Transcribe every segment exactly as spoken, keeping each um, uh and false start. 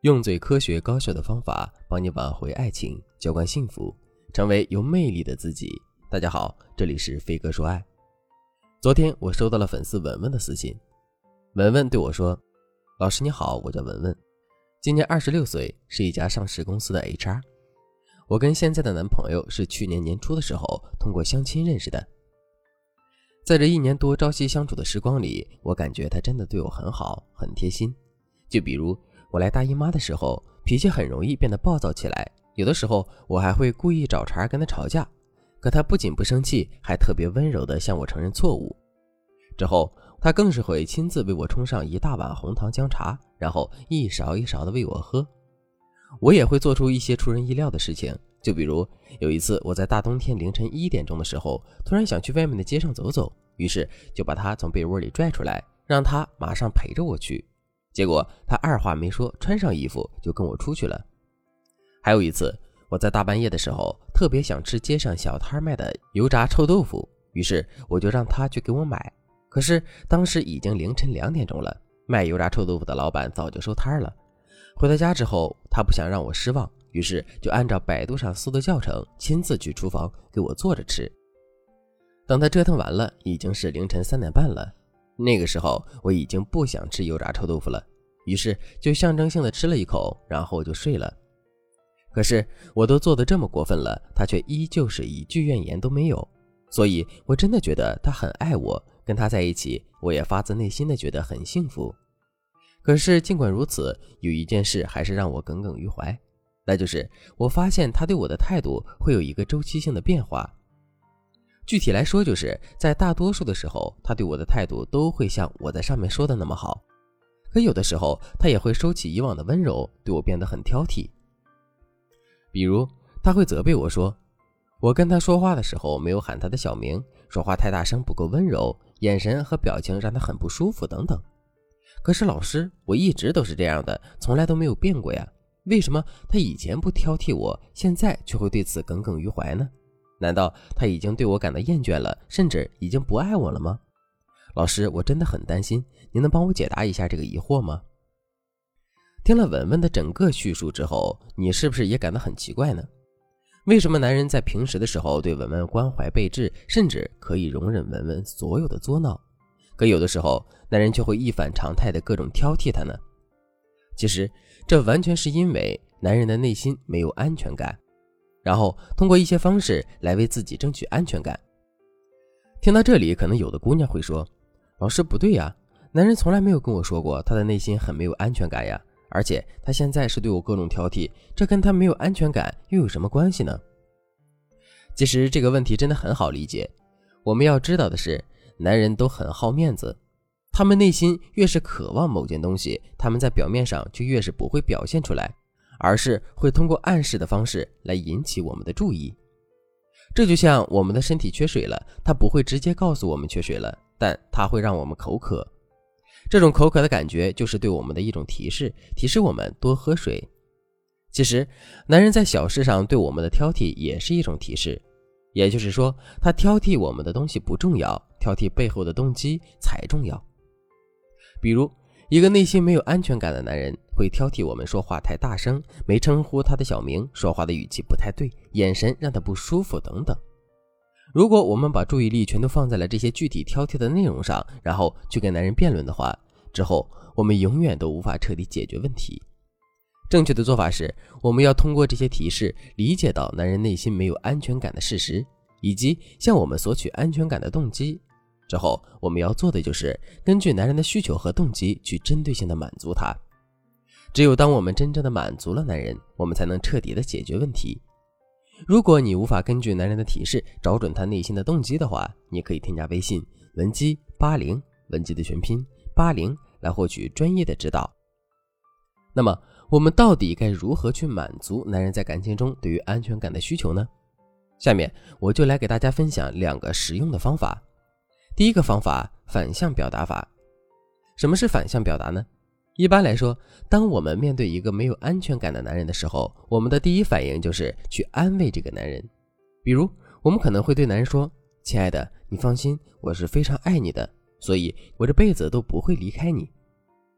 用最科学高效的方法帮你挽回爱情，浇灌幸福，成为有魅力的自己。大家好，这里是飞哥说爱。昨天我收到了粉丝文文的私信，文文对我说，老师你好，我叫文文，今年二十六岁，是一家上市公司的 H R。 我跟现在的男朋友是去年年初的时候通过相亲认识的。在这一年多朝夕相处的时光里，我感觉他真的对我很好，很贴心。就比如我来大姨妈的时候，脾气很容易变得暴躁起来，有的时候我还会故意找茬跟他吵架，可他不仅不生气，还特别温柔地向我承认错误。之后他更是会亲自为我冲上一大碗红糖姜茶，然后一勺一勺地喂我喝。我也会做出一些出人意料的事情，就比如有一次我在大冬天凌晨一点钟的时候，突然想去外面的街上走走，于是就把他从被窝里拽出来，让他马上陪着我去。结果他二话没说，穿上衣服就跟我出去了。还有一次我在大半夜的时候特别想吃街上小摊卖的油炸臭豆腐，于是我就让他去给我买。可是当时已经凌晨两点钟了，卖油炸臭豆腐的老板早就收摊了。回到家之后，他不想让我失望，于是就按照百度上搜的教程，亲自去厨房给我做着吃。等他折腾完了，已经是凌晨三点半了。那个时候我已经不想吃油炸臭豆腐了，于是就象征性的吃了一口，然后就睡了。可是我都做得这么过分了，他却依旧是一句怨言都没有。所以我真的觉得他很爱我，跟他在一起，我也发自内心的觉得很幸福。可是尽管如此，有一件事还是让我耿耿于怀，那就是我发现他对我的态度会有一个周期性的变化。具体来说，就是在大多数的时候，他对我的态度都会像我在上面说的那么好，可有的时候他也会收起以往的温柔，对我变得很挑剔。比如他会责备我说，我跟他说话的时候没有喊他的小名，说话太大声不够温柔，眼神和表情让他很不舒服等等。可是老师，我一直都是这样的，从来都没有变过呀，为什么他以前不挑剔我，现在却会对此耿耿于怀呢？难道他已经对我感到厌倦了，甚至已经不爱我了吗？老师，我真的很担心，您能帮我解答一下这个疑惑吗？听了文文的整个叙述之后，你是不是也感到很奇怪呢？为什么男人在平时的时候对文文关怀备至，甚至可以容忍文文所有的作闹，可有的时候男人却会一反常态的各种挑剔他呢？其实这完全是因为男人的内心没有安全感，然后通过一些方式来为自己争取安全感。听到这里，可能有的姑娘会说，老师不对呀，男人从来没有跟我说过他的内心很没有安全感呀，而且他现在是对我各种挑剔，这跟他没有安全感又有什么关系呢？其实这个问题真的很好理解。我们要知道的是，男人都很好面子，他们内心越是渴望某件东西，他们在表面上就越是不会表现出来，而是会通过暗示的方式来引起我们的注意。这就像我们的身体缺水了，他不会直接告诉我们缺水了，但他会让我们口渴。这种口渴的感觉就是对我们的一种提示，提示我们多喝水。其实男人在小事上对我们的挑剔也是一种提示，也就是说，他挑剔我们的东西不重要，挑剔背后的动机才重要。比如一个内心没有安全感的男人会挑剔我们说话太大声，没称呼他的小名，说话的语气不太对，眼神让他不舒服等等。如果我们把注意力全都放在了这些具体挑剔的内容上，然后去跟男人辩论的话，之后我们永远都无法彻底解决问题。正确的做法是，我们要通过这些提示理解到男人内心没有安全感的事实，以及向我们索取安全感的动机。之后我们要做的就是根据男人的需求和动机去针对性的满足他。只有当我们真正的满足了男人，我们才能彻底的解决问题。如果你无法根据男人的提示找准他内心的动机的话，你可以添加微信文姬八零，文姬的全拼八零，来获取专业的指导。那么我们到底该如何去满足男人在感情中对于安全感的需求呢？下面我就来给大家分享两个实用的方法。第一个方法，反向表达法。什么是反向表达呢？一般来说，当我们面对一个没有安全感的男人的时候，我们的第一反应就是去安慰这个男人。比如我们可能会对男人说，亲爱的，你放心，我是非常爱你的，所以我这辈子都不会离开你。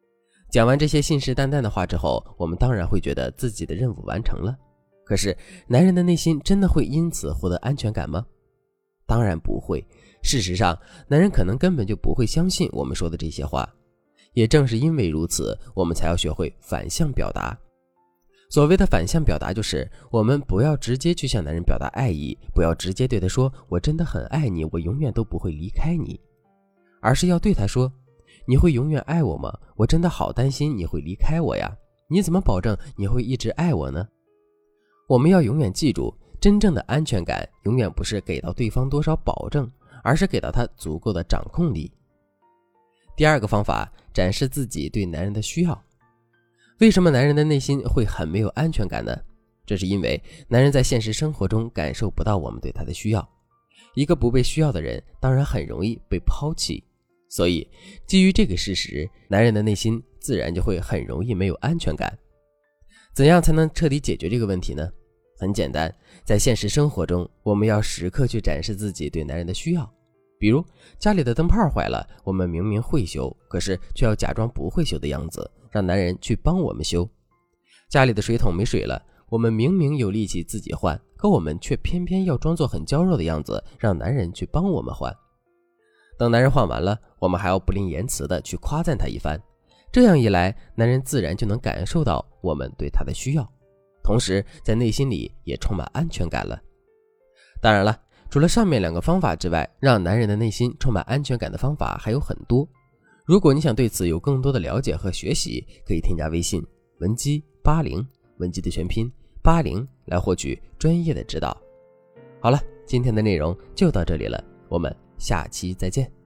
讲完这些信誓旦旦的话之后，我们当然会觉得自己的任务完成了。可是男人的内心真的会因此获得安全感吗？当然不会。事实上，男人可能根本就不会相信我们说的这些话。也正是因为如此，我们才要学会反向表达。所谓的反向表达，就是我们不要直接去向男人表达爱意，不要直接对他说我真的很爱你，我永远都不会离开你，而是要对他说，你会永远爱我吗？我真的好担心你会离开我呀，你怎么保证你会一直爱我呢？我们要永远记住，真正的安全感永远不是给到对方多少保证，而是给到他足够的掌控力。第二个方法，展示自己对男人的需要。为什么男人的内心会很没有安全感呢？这是因为男人在现实生活中感受不到我们对他的需要。一个不被需要的人，当然很容易被抛弃。所以基于这个事实，男人的内心自然就会很容易没有安全感。怎样才能彻底解决这个问题呢？很简单，在现实生活中，我们要时刻去展示自己对男人的需要。比如家里的灯泡坏了，我们明明会修，可是却要假装不会修的样子，让男人去帮我们修。家里的水桶没水了，我们明明有力气自己换，可我们却偏偏要装作很娇弱的样子，让男人去帮我们换。等男人换完了，我们还要不吝言辞的去夸赞他一番。这样一来，男人自然就能感受到我们对他的需要，同时在内心里也充满安全感了。当然了，除了上面两个方法之外，让男人的内心充满安全感的方法还有很多。如果你想对此有更多的了解和学习，可以添加微信文姬八零，文姬的全拼八零，来获取专业的指导。好了，今天的内容就到这里了，我们下期再见。